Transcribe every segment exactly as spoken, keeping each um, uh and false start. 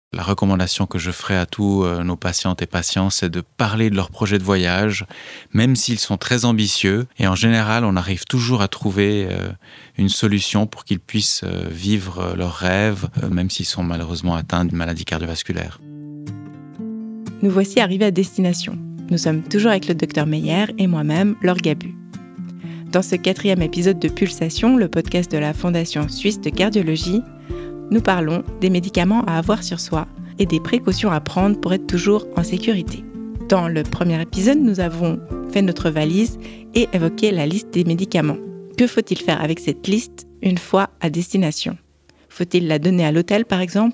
La recommandation que je ferai à tous euh, nos patientes et patients, c'est de parler de leur projet de voyage, même s'ils sont très ambitieux. Et en général, on arrive toujours à trouver euh, une solution pour qu'ils puissent euh, vivre euh, leurs rêves, euh, même s'ils sont malheureusement atteints d'une maladie cardiovasculaire. Nous voici arrivés à destination. Nous sommes toujours avec le docteur Meyer et moi-même, Laure Gabu. Dans ce quatrième épisode de Pulsation, le podcast de la Fondation Suisse de Cardiologie, nous parlons des médicaments à avoir sur soi et des précautions à prendre pour être toujours en sécurité. Dans le premier épisode, nous avons fait notre valise et évoqué la liste des médicaments. Que faut-il faire avec cette liste une fois à destination ? Faut-il la donner à l'hôtel, par exemple ?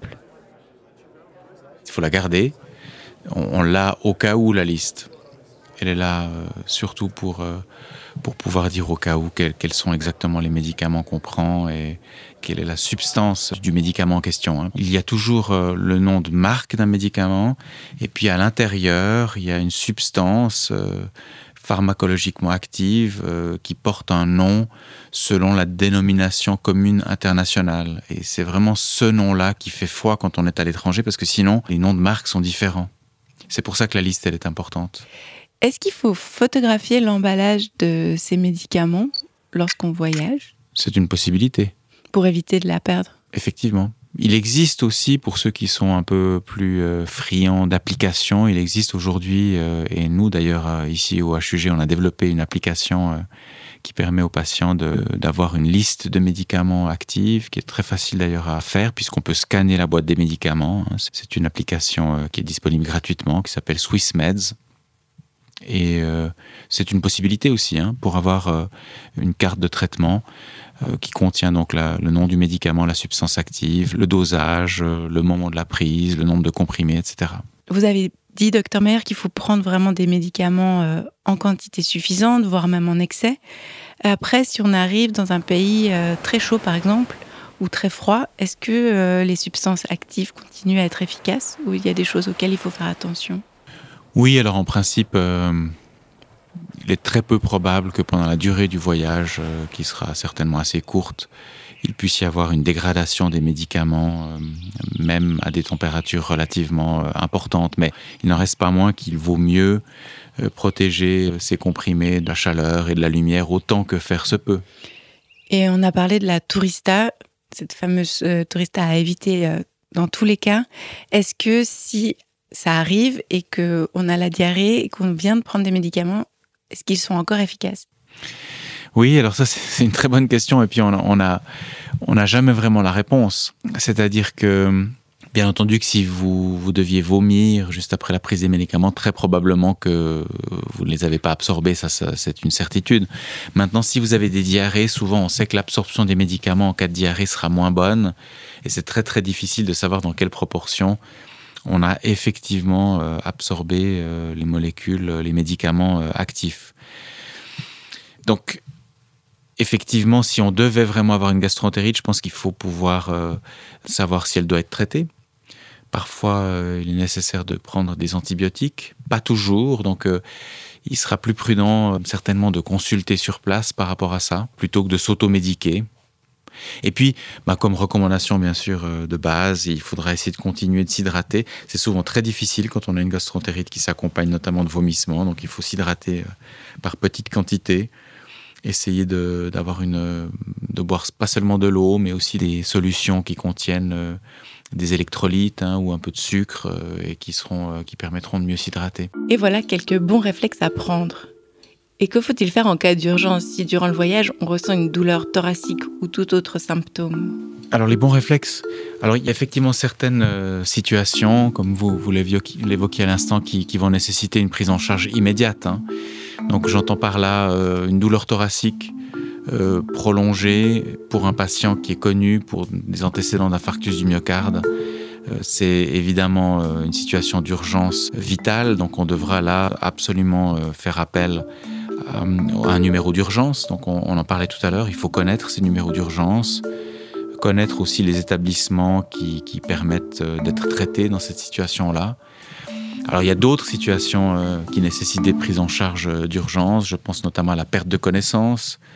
Il faut la garder. On, on l'a au cas où, la liste. Elle est là euh, surtout pour, euh, pour pouvoir dire au cas où quels, quels sont exactement les médicaments qu'on prend et quelle est la substance du médicament en question. Hein. Il y a toujours euh, le nom de marque d'un médicament et puis à l'intérieur, il y a une substance euh, pharmacologiquement active euh, qui porte un nom selon la dénomination commune internationale. Et c'est vraiment ce nom-là qui fait foi quand on est à l'étranger parce que sinon, les noms de marques sont différents. C'est pour ça que la liste, elle est importante. Est-ce qu'il faut photographier l'emballage de ces médicaments lorsqu'on voyage ? C'est une possibilité. Pour éviter de la perdre ? Effectivement. Il existe aussi, pour ceux qui sont un peu plus euh, friands d'applications, il existe aujourd'hui, euh, et nous d'ailleurs euh, ici au H U G, on a développé une application euh, qui permet aux patients de, d'avoir une liste de médicaments actifs, qui est très facile d'ailleurs à faire, puisqu'on peut scanner la boîte des médicaments. C'est une application euh, qui est disponible gratuitement, qui s'appelle SwissMeds. Et euh, c'est une possibilité aussi hein, pour avoir euh, une carte de traitement euh, qui contient donc la, le nom du médicament, la substance active, le dosage, euh, le moment de la prise, le nombre de comprimés, et cetera. Vous avez dit, docteur Meyer, qu'il faut prendre vraiment des médicaments euh, en quantité suffisante, voire même en excès. Après, si on arrive dans un pays euh, très chaud, par exemple, ou très froid, est-ce que euh, les substances actives continuent à être efficaces ou il y a des choses auxquelles il faut faire attention ? Oui, alors en principe, euh, il est très peu probable que pendant la durée du voyage, euh, qui sera certainement assez courte, il puisse y avoir une dégradation des médicaments, euh, même à des températures relativement euh, importantes. Mais il n'en reste pas moins qu'il vaut mieux euh, protéger ces comprimés de la chaleur et de la lumière autant que faire se peut. Et on a parlé de la Tourista, cette fameuse euh, Tourista à éviter euh, dans tous les cas. Est-ce que si ça arrive et qu'on a la diarrhée et qu'on vient de prendre des médicaments, est-ce qu'ils sont encore efficaces ? Oui, alors ça, c'est une très bonne question. Et puis, on a, on a, on n'a jamais vraiment la réponse. C'est-à-dire que, bien entendu, que si vous, vous deviez vomir juste après la prise des médicaments, très probablement que vous ne les avez pas absorbés. Ça, ça, c'est une certitude. Maintenant, si vous avez des diarrhées, souvent, on sait que l'absorption des médicaments en cas de diarrhée sera moins bonne. Et c'est très, très difficile de savoir dans quelle proportion on a effectivement euh, absorbé euh, les molécules, les médicaments euh, actifs. Donc, effectivement, si on devait vraiment avoir une gastroentérite, je pense qu'il faut pouvoir euh, savoir si elle doit être traitée. Parfois, euh, il est nécessaire de prendre des antibiotiques, pas toujours. Donc, euh, il sera plus prudent, euh, certainement, de consulter sur place par rapport à ça, plutôt que de s'automédiquer. Et puis, bah, comme recommandation, bien sûr, euh, de base, il faudra essayer de continuer de s'hydrater. C'est souvent très difficile quand on a une gastroentérite qui s'accompagne notamment de vomissements. Donc, il faut s'hydrater euh, par petites quantités. Essayer de, d'avoir une, de boire pas seulement de l'eau, mais aussi des solutions qui contiennent euh, des électrolytes hein, ou un peu de sucre euh, et qui, seront, euh, qui permettront de mieux s'hydrater. Et voilà quelques bons réflexes à prendre. Et que faut-il faire en cas d'urgence si durant le voyage on ressent une douleur thoracique ou tout autre symptôme ? Alors les bons réflexes, alors il y a effectivement certaines euh, situations, comme vous, vous l'évoquiez, l'évoquiez à l'instant, qui, qui vont nécessiter une prise en charge immédiate. Hein. Donc j'entends par là euh, une douleur thoracique euh, prolongée pour un patient qui est connu pour des antécédents d'infarctus du myocarde. Euh, c'est évidemment euh, une situation d'urgence vitale, donc on devra là absolument euh, faire appel à, à un numéro d'urgence. Donc on, on en parlait tout à l'heure, il faut connaître ces numéros d'urgence, connaître aussi les établissements qui, qui permettent euh, d'être traités dans cette situation-là. Alors il y a d'autres situations euh, qui nécessitent des prises en charge euh, d'urgence, je pense notamment à la perte de connaissance.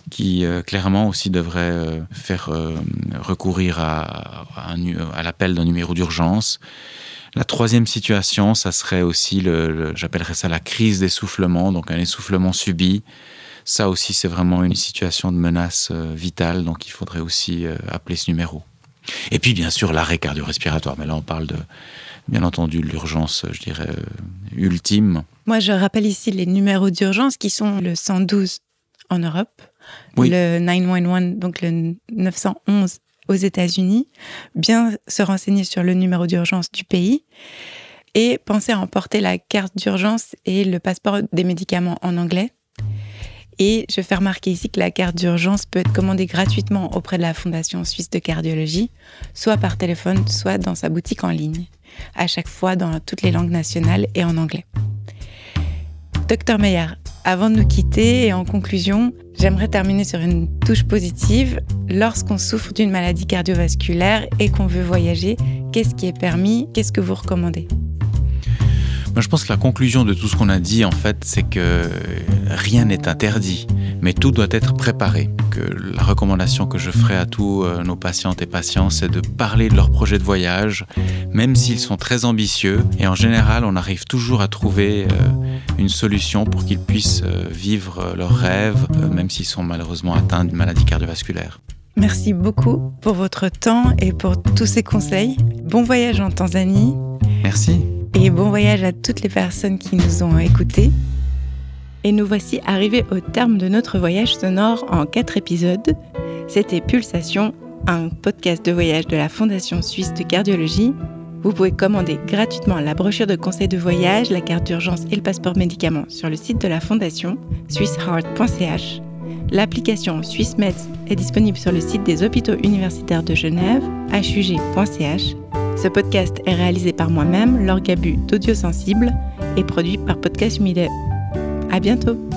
qui euh, clairement aussi devrait euh, faire euh, recourir à, à, un, à l'appel d'un numéro d'urgence. La troisième situation, ça serait aussi, le, le, j'appellerais ça la crise d'essoufflement, donc un essoufflement subi. Ça aussi, c'est vraiment une situation de menace euh, vitale, donc il faudrait aussi euh, appeler ce numéro. Et puis, bien sûr, l'arrêt cardio-respiratoire. Mais là, on parle de, bien entendu, de l'urgence, je dirais, euh, ultime. Moi, je rappelle ici les numéros d'urgence qui sont le cent douze en Europe, oui. le neuf un un, donc le neuf cent onze aux États-Unis. Bien se renseigner sur le numéro d'urgence du pays et penser à emporter la carte d'urgence et le passeport des médicaments en anglais. Et je fais remarquer ici que la carte d'urgence peut être commandée gratuitement auprès de la Fondation Suisse de Cardiologie, soit par téléphone, soit dans sa boutique en ligne, à chaque fois dans toutes les langues nationales et en anglais. Docteur Meyer, avant de nous quitter et en conclusion, j'aimerais terminer sur une touche positive. Lorsqu'on souffre d'une maladie cardiovasculaire et qu'on veut voyager, qu'est-ce qui est permis? Qu'est-ce que vous recommandez? Moi, je pense que la conclusion de tout ce qu'on a dit, en fait, c'est que rien n'est interdit, mais tout doit être préparé. Que la recommandation que je ferai à tous nos patientes et patients, c'est de parler de leur projet de voyage, même s'ils sont très ambitieux. Et en général, on arrive toujours à trouver une solution pour qu'ils puissent vivre leurs rêves, même s'ils sont malheureusement atteints d'une maladie cardiovasculaire. Merci beaucoup pour votre temps et pour tous ces conseils. Bon voyage en Tanzanie. Merci. Et bon voyage à toutes les personnes qui nous ont écoutés. Et nous voici arrivés au terme de notre voyage sonore en quatre épisodes. C'était Pulsation, un podcast de voyage de la Fondation Suisse de Cardiologie. Vous pouvez commander gratuitement la brochure de conseils de voyage, la carte d'urgence et le passeport médicament sur le site de la Fondation, swiss heart point c h. L'application SwissMeds est disponible sur le site des hôpitaux universitaires de Genève, h u g point c h. Ce podcast est réalisé par moi-même, Laure Gabu d'Audio Sensible, et produit par Podcast Humide. À bientôt!